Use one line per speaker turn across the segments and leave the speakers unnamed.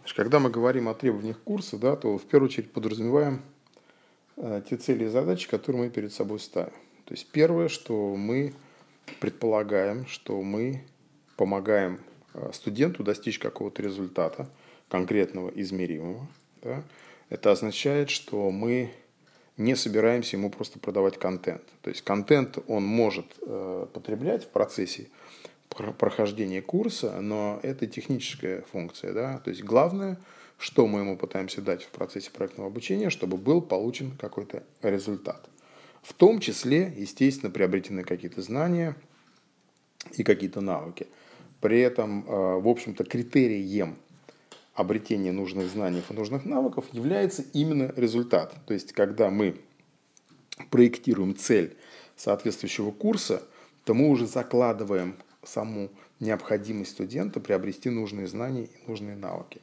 Когда мы говорим о требованиях курса, да, то в первую очередь подразумеваем те цели и задачи, которые мы перед собой ставим. То есть первое, что мы предполагаем, что мы помогаем студенту достичь какого-то результата, конкретного, измеримого. Да. Это означает, что мы не собираемся ему просто продавать контент. То есть контент он может потреблять в процессе прохождения курса, но это техническая функция. Да? То есть главное, что мы ему пытаемся дать в процессе проектного обучения, чтобы был получен какой-то результат. В том числе, естественно, приобретены какие-то знания и какие-то навыки. При этом, в общем-то, критерием обретения нужных знаний и нужных навыков является именно результат. То есть, когда мы проектируем цель соответствующего курса, то мы уже закладываем саму необходимость студента приобрести нужные знания и нужные навыки.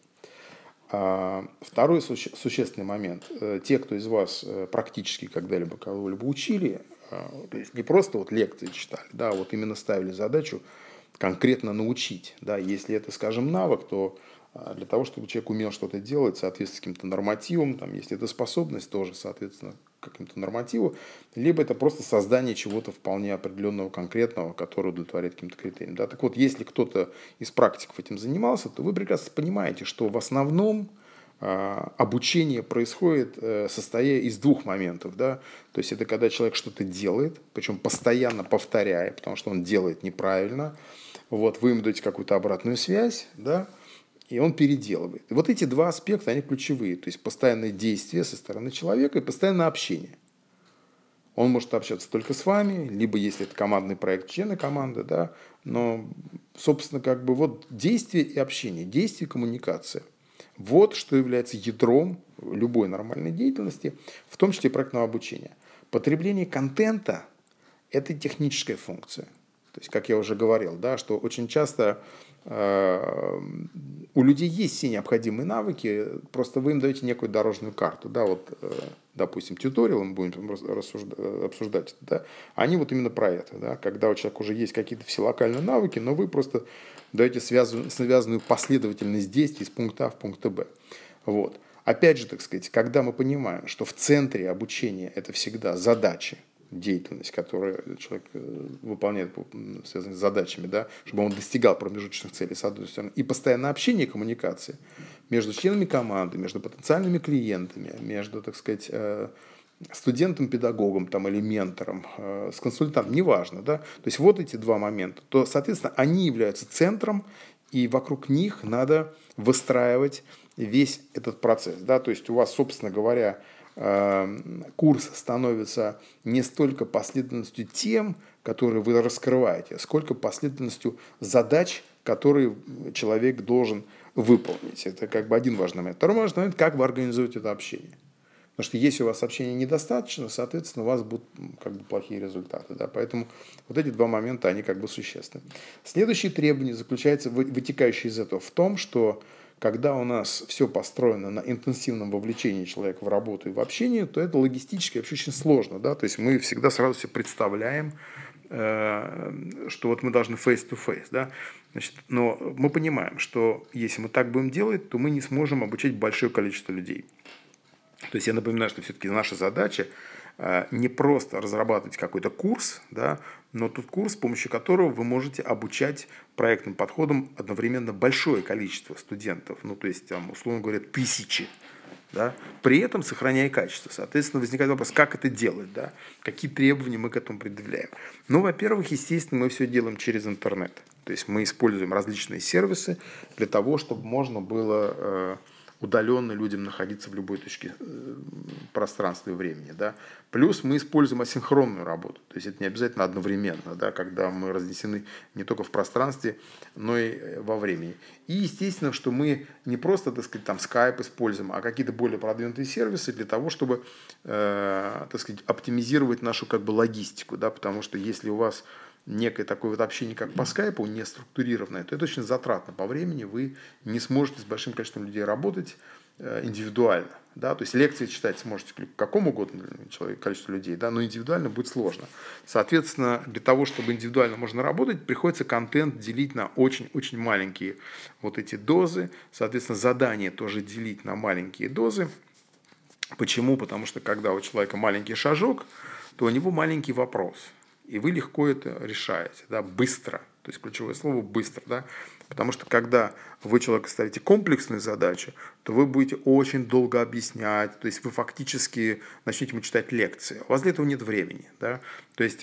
Второй существенный момент. Те, кто из вас практически когда-либо кого-либо учили, то есть не просто вот лекции читали, да, вот именно ставили задачу конкретно научить. Да, если это, скажем, навык, то для того, чтобы человек умел что-то делать, соответственно, каким-то нормативам, там, если это способность, тоже, соответственно, каким-то нормативу, либо это просто создание чего-то вполне определенного, конкретного, которое удовлетворяет каким-то критериям. Да? Так вот, если кто-то из практиков этим занимался, то вы прекрасно понимаете, что в основном обучение происходит, состоя из двух моментов. Да? То есть это когда человек что-то делает, причем постоянно повторяя, потому что он делает неправильно. Вот, вы ему даете какую-то обратную связь, да, и он переделывает. И вот эти два аспекта, они ключевые. То есть постоянное действие со стороны человека и постоянное общение. Он может общаться только с вами, либо если это командный проект, члены команды, да, но, собственно, как бы вот действие и общение, действие и коммуникация. Вот что является ядром любой нормальной деятельности, в том числе и проектного обучения. Потребление контента – это техническая функция. То есть, как я уже говорил, да, что очень часто у людей есть все необходимые навыки, просто вы им даете некую дорожную карту. Да, вот, допустим, туториал мы будем обсуждать, да, они вот именно про это. Да, когда у человека уже есть какие-то все локальные навыки, но вы просто даете связанную последовательность действий с пункта А в пункт Б. Вот. Опять же, так сказать, когда мы понимаем, что в центре обучения это всегда задачи, деятельность, которую человек выполняет, связанная с задачами, да, чтобы он достигал промежуточных целей, с одной стороны, и постоянное общение и коммуникация между членами команды, между потенциальными клиентами, между, так сказать, студентом, педагогом там, или ментором, с консультантом, неважно, да, то есть вот эти два момента, то, соответственно, они являются центром, и вокруг них надо выстраивать весь этот процесс, да, то есть у вас, собственно говоря, курс становится не столько последовательностью тем, которые вы раскрываете, сколько последовательностью задач, которые человек должен выполнить. Это как бы один важный момент. Второй важный момент, как вы организуете это общение. Потому что если у вас общения недостаточно, соответственно, у вас будут как бы плохие результаты. Да? Поэтому вот эти два момента, они как бы существенны. Следующее требование заключается, вытекающее из этого, в том, что когда у нас все построено на интенсивном вовлечении человека в работу и в общение, то это логистически вообще очень сложно. Да? То есть мы всегда сразу себе представляем, что вот мы должны face-to-face. Да? Значит, но мы понимаем, что если мы так будем делать, то мы не сможем обучать большое количество людей. То есть я напоминаю, что все-таки наша задача не просто разрабатывать какой-то курс, да, но тот курс, с помощью которого вы можете обучать проектным подходам одновременно большое количество студентов, ну то есть, там, условно говоря, тысячи, да, при этом сохраняя качество. Соответственно, возникает вопрос, как это делать, да, какие требования мы к этому предъявляем. Ну, во-первых, естественно, мы все делаем через интернет. То есть мы используем различные сервисы для того, чтобы можно было удаленно людям находиться в любой точке пространства и времени. Да. Плюс мы используем асинхронную работу. То есть это не обязательно одновременно, да, когда мы разнесены не только в пространстве, но и во времени. И естественно, что мы не просто, так сказать, там Skype используем, а какие-то более продвинутые сервисы для того, чтобы, так сказать, оптимизировать нашу как бы логистику. Да, потому что если у вас некое такое вот общение, как по скайпу, не структурированное, то это очень затратно по времени, вы не сможете с большим количеством людей работать, индивидуально. Да? То есть лекции читать сможете какому угодно количеству людей, да? Но индивидуально будет сложно. Соответственно, для того, чтобы индивидуально можно работать, приходится контент делить на очень-очень маленькие вот эти дозы. Соответственно, задание тоже делить на маленькие дозы. Почему? Потому что когда у человека маленький шажок, то у него маленький вопрос. И вы легко это решаете, да, быстро. То есть ключевое слово «быстро». Да? Потому что когда вы человеку ставите комплексную задачу, то вы будете очень долго объяснять. То есть вы фактически начнете ему читать лекции. У вас для этого нет времени. Да? То есть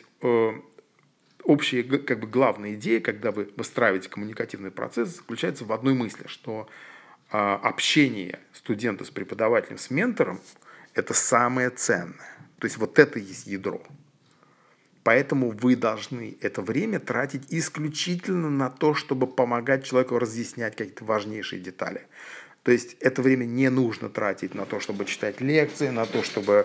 общая как бы главная идея, когда вы выстраиваете коммуникативный процесс, заключается в одной мысли, что общение студента с преподавателем, с ментором – это самое ценное. То есть вот это и есть ядро. Поэтому вы должны это время тратить исключительно на то, чтобы помогать человеку разъяснять какие-то важнейшие детали. То есть это время не нужно тратить на то, чтобы читать лекции, на то, чтобы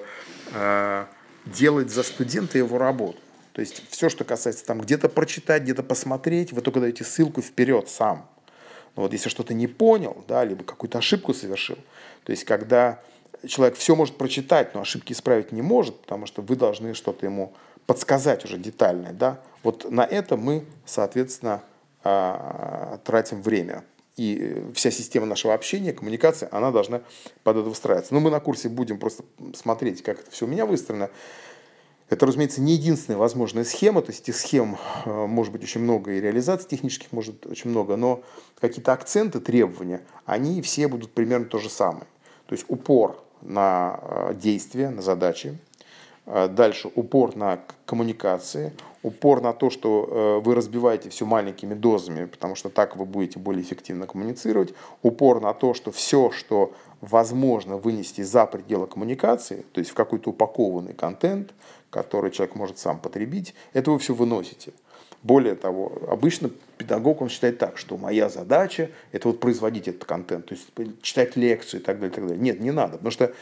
делать за студента его работу. То есть все, что касается там где-то прочитать, где-то посмотреть, вы только даете ссылку вперед сам. Но вот если что-то не понял, да, либо какую-то ошибку совершил, то есть когда человек все может прочитать, но ошибки исправить не может, потому что вы должны что-то ему подсказать уже детальное, да, вот на это мы, соответственно, тратим время. И вся система нашего общения, коммуникации, она должна под это выстраиваться. Но мы на курсе будем просто смотреть, как это все у меня выстроено. Это, разумеется, не единственная возможная схема, то есть этих схем может быть очень много, и реализаций технических может быть очень много, но какие-то акценты, требования, они все будут примерно то же самое. То есть упор на действия, на задачи, дальше упор на коммуникации, упор на то, что вы разбиваете все маленькими дозами, потому что так вы будете более эффективно коммуницировать, упор на то, что все, что возможно вынести за пределы коммуникации, то есть в какой-то упакованный контент, который человек может сам потребить, это вы все выносите. Более того, обычно педагог, он считает так, что моя задача – это вот производить этот контент, то есть читать лекцию и так далее, и так далее. Нет, не надо, потому что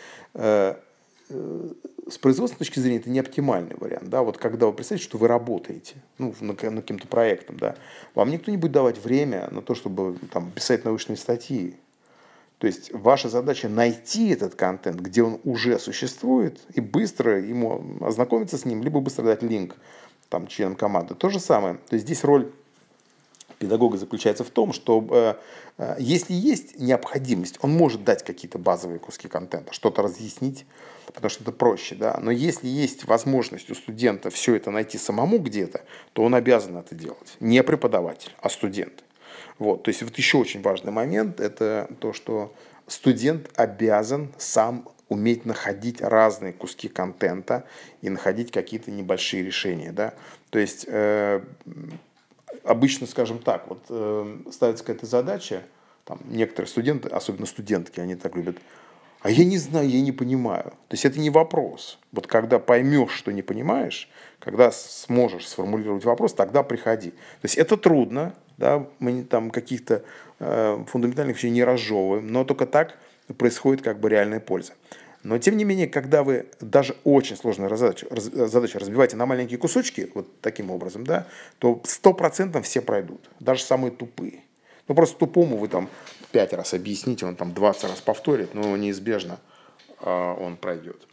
с производственной точки зрения это не оптимальный вариант. Да? Вот когда вы представляете, что вы работаете над каким-то проектом, да, вам никто не будет давать время на то, чтобы там, писать научные статьи. То есть ваша задача найти этот контент, где он уже существует, и быстро ему ознакомиться с ним, либо быстро дать линк там, членам команды. То же самое. То есть здесь роль педагога заключается в том, что если есть необходимость, он может дать какие-то базовые куски контента, что-то разъяснить, потому что это проще. Да? Но если есть возможность у студента все это найти самому где-то, то он обязан это делать. Не преподаватель, а студент. Вот. То есть вот еще очень важный момент – это то, что студент обязан сам уметь находить разные куски контента и находить какие-то небольшие решения. Да? То есть обычно, скажем так, вот ставится какая-то задача, там, некоторые студенты, особенно студентки, они так любят, а я не знаю, я не понимаю. То есть это не вопрос. Вот когда поймешь, что не понимаешь, когда сможешь сформулировать вопрос, тогда приходи. То есть это трудно, да, мы там каких-то фундаментальных вещей не разжевываем, но только так происходит как бы реальная польза. Но, тем не менее, когда вы даже очень сложную задачу разбиваете на маленькие кусочки, вот таким образом, да, то 100% все пройдут, даже самые тупые. Ну, просто тупому вы там 5 раз объясните, он там 20 раз повторит, но неизбежно он пройдет.